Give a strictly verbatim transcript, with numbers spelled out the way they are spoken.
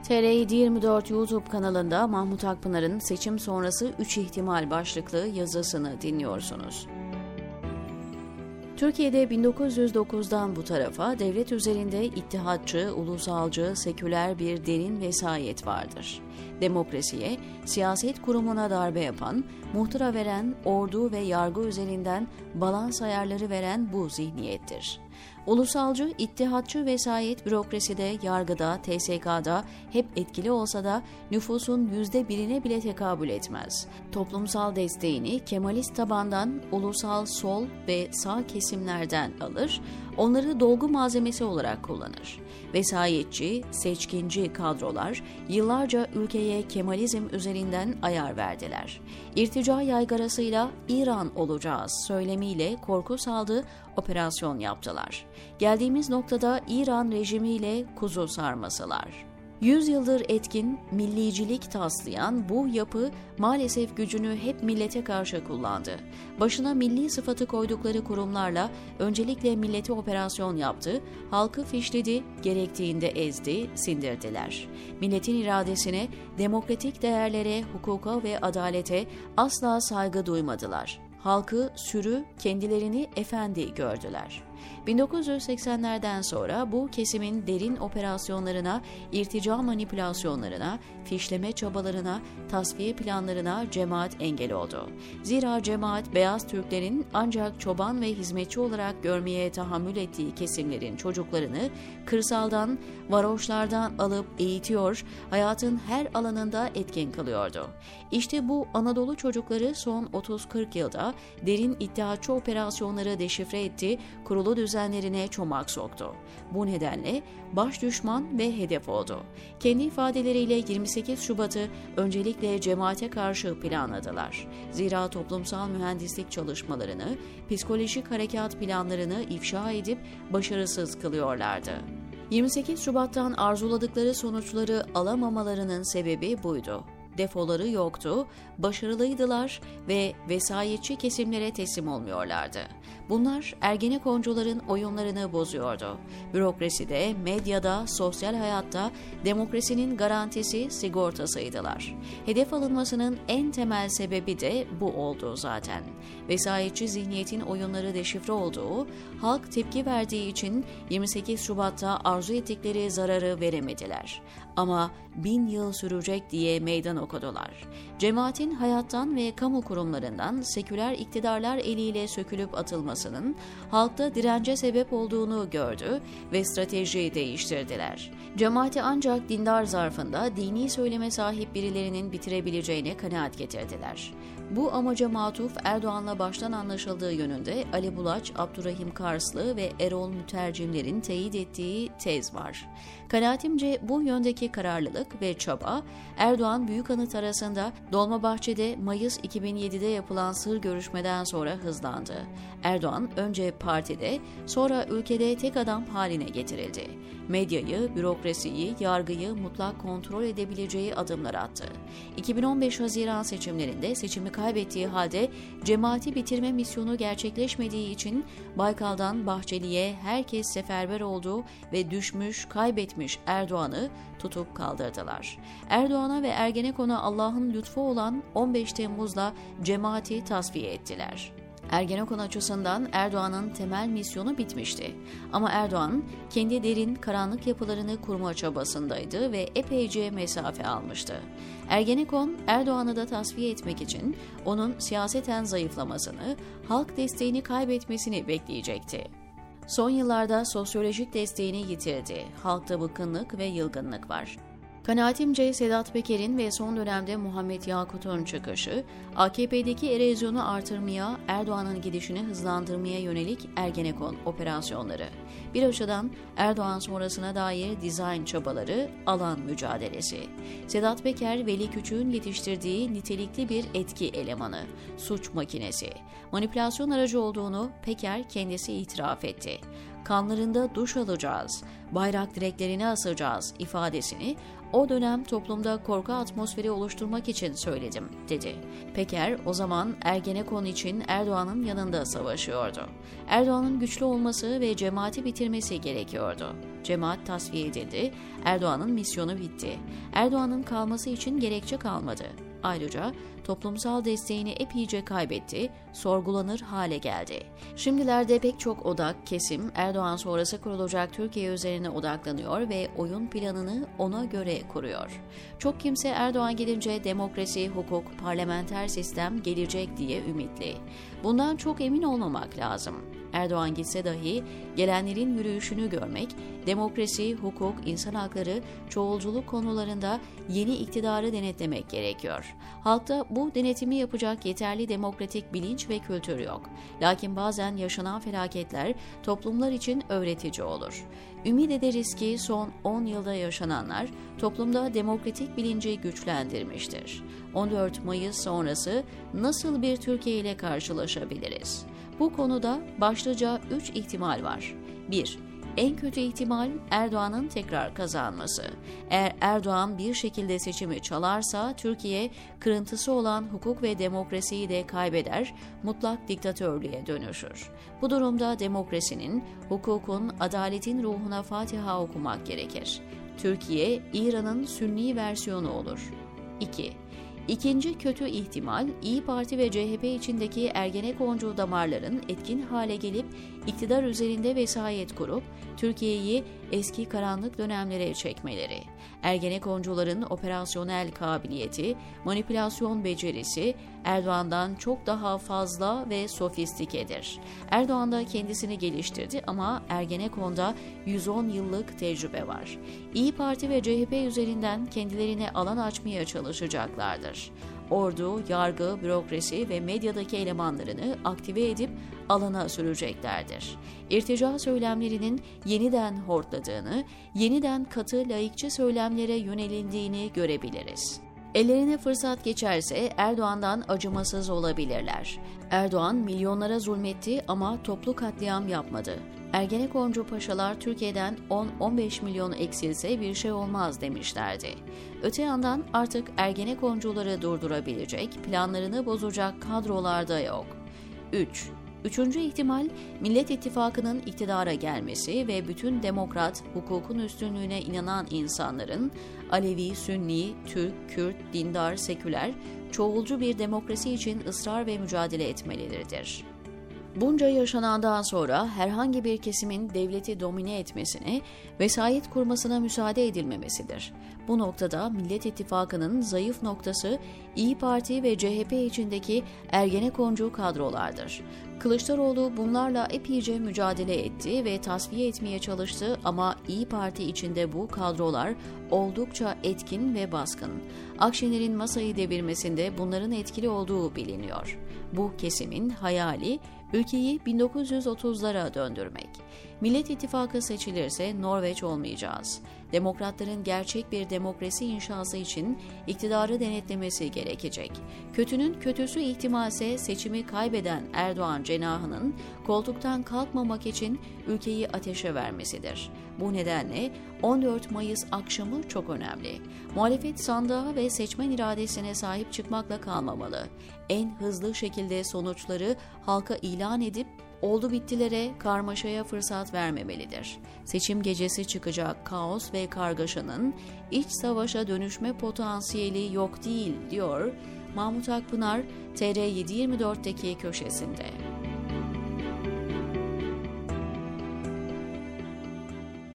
T R yedi yirmi dört YouTube kanalında Mahmut Akpınar'ın seçim sonrası üç ihtimal başlıklı yazısını dinliyorsunuz. Türkiye'de bin dokuz yüz dokuzdan bu tarafa devlet üzerinde ittihatçı, ulusalcı, seküler bir derin vesayet vardır. Demokrasiye, siyaset kurumuna darbe yapan, muhtıra veren, ordu ve yargı üzerinden balans ayarları veren bu zihniyettir. Ulusalcı, ittihatçı vesayet bürokraside, yargıda, T S K'da hep etkili olsa da nüfusun yüzde birine bile tekabül etmez. Toplumsal desteğini Kemalist tabandan, ulusal sol ve sağ kesimlerden alır, onları dolgu malzemesi olarak kullanır. Vesayetçi, seçkinci kadrolar yıllarca ülkeye Kemalizm üzerinden ayar verdiler. İrtica yaygarasıyla İran olacağız söylemiyle korku saldı, operasyon yaptılar. Geldiğimiz noktada İran rejimiyle kuzu sarmasılar. Yüz yıldır etkin, millicilik taslayan bu yapı maalesef gücünü hep millete karşı kullandı. Başına milli sıfatı koydukları kurumlarla öncelikle millete operasyon yaptı, halkı fişledi, gerektiğinde ezdi, sindirdiler. Milletin iradesine, demokratik değerlere, hukuka ve adalete asla saygı duymadılar. Halkı, sürü, kendilerini efendi gördüler. bin dokuz yüz seksenlerden sonra bu kesimin derin operasyonlarına, irtica manipülasyonlarına, fişleme çabalarına, tasfiye planlarına cemaat engel oldu. Zira cemaat beyaz Türklerin ancak çoban ve hizmetçi olarak görmeye tahammül ettiği kesimlerin çocuklarını kırsaldan, varoşlardan alıp eğitiyor, hayatın her alanında etkin kılıyordu. İşte bu Anadolu çocukları son otuz kırk yılda derin iddiaçı operasyonları deşifre etti, kurulu düzenlerine çomak soktu. Bu nedenle baş düşman ve hedef oldu. Kendi ifadeleriyle yirmi sekiz Şubat'ı öncelikle cemaate karşı planladılar. Zira toplumsal mühendislik çalışmalarını, psikolojik harekat planlarını ifşa edip başarısız kılıyorlardı. yirmi sekiz Şubat'tan arzuladıkları sonuçları alamamalarının sebebi buydu. Defoları yoktu, başarılıydılar ve vesayetçi kesimlere teslim olmuyorlardı. Bunlar Ergenekoncuların oyunlarını bozuyordu. Bürokraside, medyada, sosyal hayatta demokrasinin garantisi, sigortasıydılar. Hedef alınmasının en temel sebebi de bu oldu zaten. Vesayetçi zihniyetin oyunları deşifre olduğu, halk tepki verdiği için yirmi sekiz Şubat'ta arzu ettikleri zararı veremediler. Ama bin yıl sürecek diye meydan okudular. Cemaatin hayattan ve kamu kurumlarından seküler iktidarlar eliyle sökülüp atılmasının halkta dirence sebep olduğunu gördü ve stratejiyi değiştirdiler. Cemaati ancak dindar zarfında dini söyleme sahip birilerinin bitirebileceğine kanaat getirdiler. Bu amaca matuf Erdoğan'la baştan anlaşıldığı yönünde Ali Bulaç, Abdurrahim Karslı ve Erol Mütercimler'in teyit ettiği tez var. Kanaatimce bu yöndeki kararlılık ve çaba Erdoğan Büyükanıt arasında Dolmabahçe'de Mayıs iki bin yedide yapılan sır görüşmeden sonra hızlandı. Erdoğan önce partide, sonra ülkede tek adam haline getirildi. Medyayı, bürokrasiyi, yargıyı mutlak kontrol edebileceği adımlar attı. iki bin on beş Haziran seçimlerinde seçimi kaybettiği halde cemaati bitirme misyonu gerçekleşmediği için Baykal'dan Bahçeli'ye herkes seferber oldu ve düşmüş, kaybetmiş Erdoğan'ı tutup kaldırdılar. Erdoğan'a ve Ergenekon'a Allah'ın lütfu olan on beş Temmuz'la cemaati tasfiye ettiler. Ergenekon açısından Erdoğan'ın temel misyonu bitmişti. Ama Erdoğan kendi derin karanlık yapılarını kurma çabasındaydı ve epeyce mesafe almıştı. Ergenekon, Erdoğan'ı da tasfiye etmek için onun siyaseten zayıflamasını, halk desteğini kaybetmesini bekleyecekti. Son yıllarda sosyolojik desteğini yitirdi. Halkta bıkkınlık ve yılgınlık var. Kanaatimce Sedat Peker'in ve son dönemde Muhammed Yakut'un çıkışı, A K P'deki erozyonu artırmaya, Erdoğan'ın gidişini hızlandırmaya yönelik Ergenekon operasyonları. Bir açıdan Erdoğan sonrasına dair dizayn çabaları, alan mücadelesi. Sedat Peker, Veli Küçük'ün yetiştirdiği nitelikli bir etki elemanı, suç makinesi. Manipülasyon aracı olduğunu Peker kendisi itiraf etti. kanlarında duş alacağız, bayrak direklerini asacağız ifadesini o dönem toplumda korku atmosferi oluşturmak için söyledim, dedi. Peker o zaman Ergenekon için Erdoğan'ın yanında savaşıyordu. Erdoğan'ın güçlü olması ve cemaati bitirmesi gerekiyordu. Cemaat tasfiye edildi, Erdoğan'ın misyonu bitti. Erdoğan'ın kalması için gerekçe kalmadı. Ayrıca toplumsal desteğini epeyce kaybetti, sorgulanır hale geldi. Şimdilerde pek çok odak, kesim Erdoğan sonrası kurulacak Türkiye üzerine odaklanıyor ve oyun planını ona göre kuruyor. Çok kimse Erdoğan gelince demokrasi, hukuk, parlamenter sistem gelecek diye ümitli. Bundan çok emin olmamak lazım. Erdoğan gitse dahi gelenlerin yürüyüşünü görmek, demokrasi, hukuk, insan hakları, çoğulculuk konularında yeni iktidarı denetlemek gerekiyor. Halkta bu denetimi yapacak yeterli demokratik bilinç ve kültür yok. Lakin bazen yaşanan felaketler toplumlar için öğretici olur. Ümit ederiz ki son on yılda yaşananlar toplumda demokratik bilinci güçlendirmiştir. on dört Mayıs sonrası nasıl bir Türkiye ile karşılaşabiliriz? Bu konuda başlıca üç ihtimal var. bir En kötü ihtimal Erdoğan'ın tekrar kazanması. Eğer Erdoğan bir şekilde seçimi çalarsa Türkiye kırıntısı olan hukuk ve demokrasiyi de kaybeder, mutlak diktatörlüğe dönüşür. Bu durumda demokrasinin, hukukun, adaletin ruhuna Fatiha okumak gerekir. Türkiye, İran'ın Sünni versiyonu olur. iki İkinci kötü ihtimal, İyi Parti ve C H P içindeki Ergenekoncu damarların etkin hale gelip iktidar üzerinde vesayet kurup Türkiye'yi eski karanlık dönemlere çekmeleri. Ergenekoncuların operasyonel kabiliyeti, manipülasyon becerisi Erdoğan'dan çok daha fazla ve sofistikedir. Erdoğan da kendisini geliştirdi ama Ergenekon'da yüz on yıllık tecrübe var. İyi Parti ve C H P üzerinden kendilerine alan açmaya çalışacaklardır. Ordu, yargı, bürokrasi ve medyadaki elemanlarını aktive edip alana süreceklerdir. İrtica söylemlerinin yeniden hortladığını, yeniden katı laikçi söylemlere yönelindiğini görebiliriz. Ellerine fırsat geçerse Erdoğan'dan acımasız olabilirler. Erdoğan milyonlara zulmetti ama toplu katliam yapmadı. Ergenekoncu paşalar Türkiye'den on on beş milyon eksilse bir şey olmaz demişlerdi. Öte yandan artık Ergenekoncuları durdurabilecek, planlarını bozacak kadrolar da yok. üç Üçüncü ihtimal, Millet İttifakı'nın iktidara gelmesi ve bütün demokrat, hukukun üstünlüğüne inanan insanların Alevi, Sünni, Türk, Kürt, dindar, seküler, çoğulcu bir demokrasi için ısrar ve mücadele etmeleridir. Bunca yaşanandan sonra herhangi bir kesimin devleti domine etmesine, vesayet kurmasına müsaade edilmemesidir. Bu noktada Millet İttifakı'nın zayıf noktası İyi Parti ve C H P içindeki Ergenekoncu kadrolardır. Kılıçdaroğlu bunlarla epeyce mücadele etti ve tasfiye etmeye çalıştı ama İyi Parti içinde bu kadrolar oldukça etkin ve baskın. Akşener'in masayı devirmesinde bunların etkili olduğu biliniyor. Bu kesimin hayali ülkeyi bin dokuz yüz otuzlara döndürmek. Millet İttifakı seçilirse Norveç olmayacağız. Demokratların gerçek bir demokrasi inşası için iktidarı denetlemesi gerekecek. Kötünün kötüsü ihtimalse seçimi kaybeden Erdoğan cenahının koltuktan kalkmamak için ülkeyi ateşe vermesidir. Bu nedenle on dört Mayıs akşamı çok önemli. Muhalefet sandığa ve seçmen iradesine sahip çıkmakla kalmamalı. En hızlı şekilde sonuçları halka ilan edip oldu bittilere, karmaşaya fırsat vermemelidir. Seçim gecesi çıkacak kaos ve kargaşanın iç savaşa dönüşme potansiyeli yok değil, diyor Mahmut Akpınar T R yedi yirmi dörtteki köşesinde.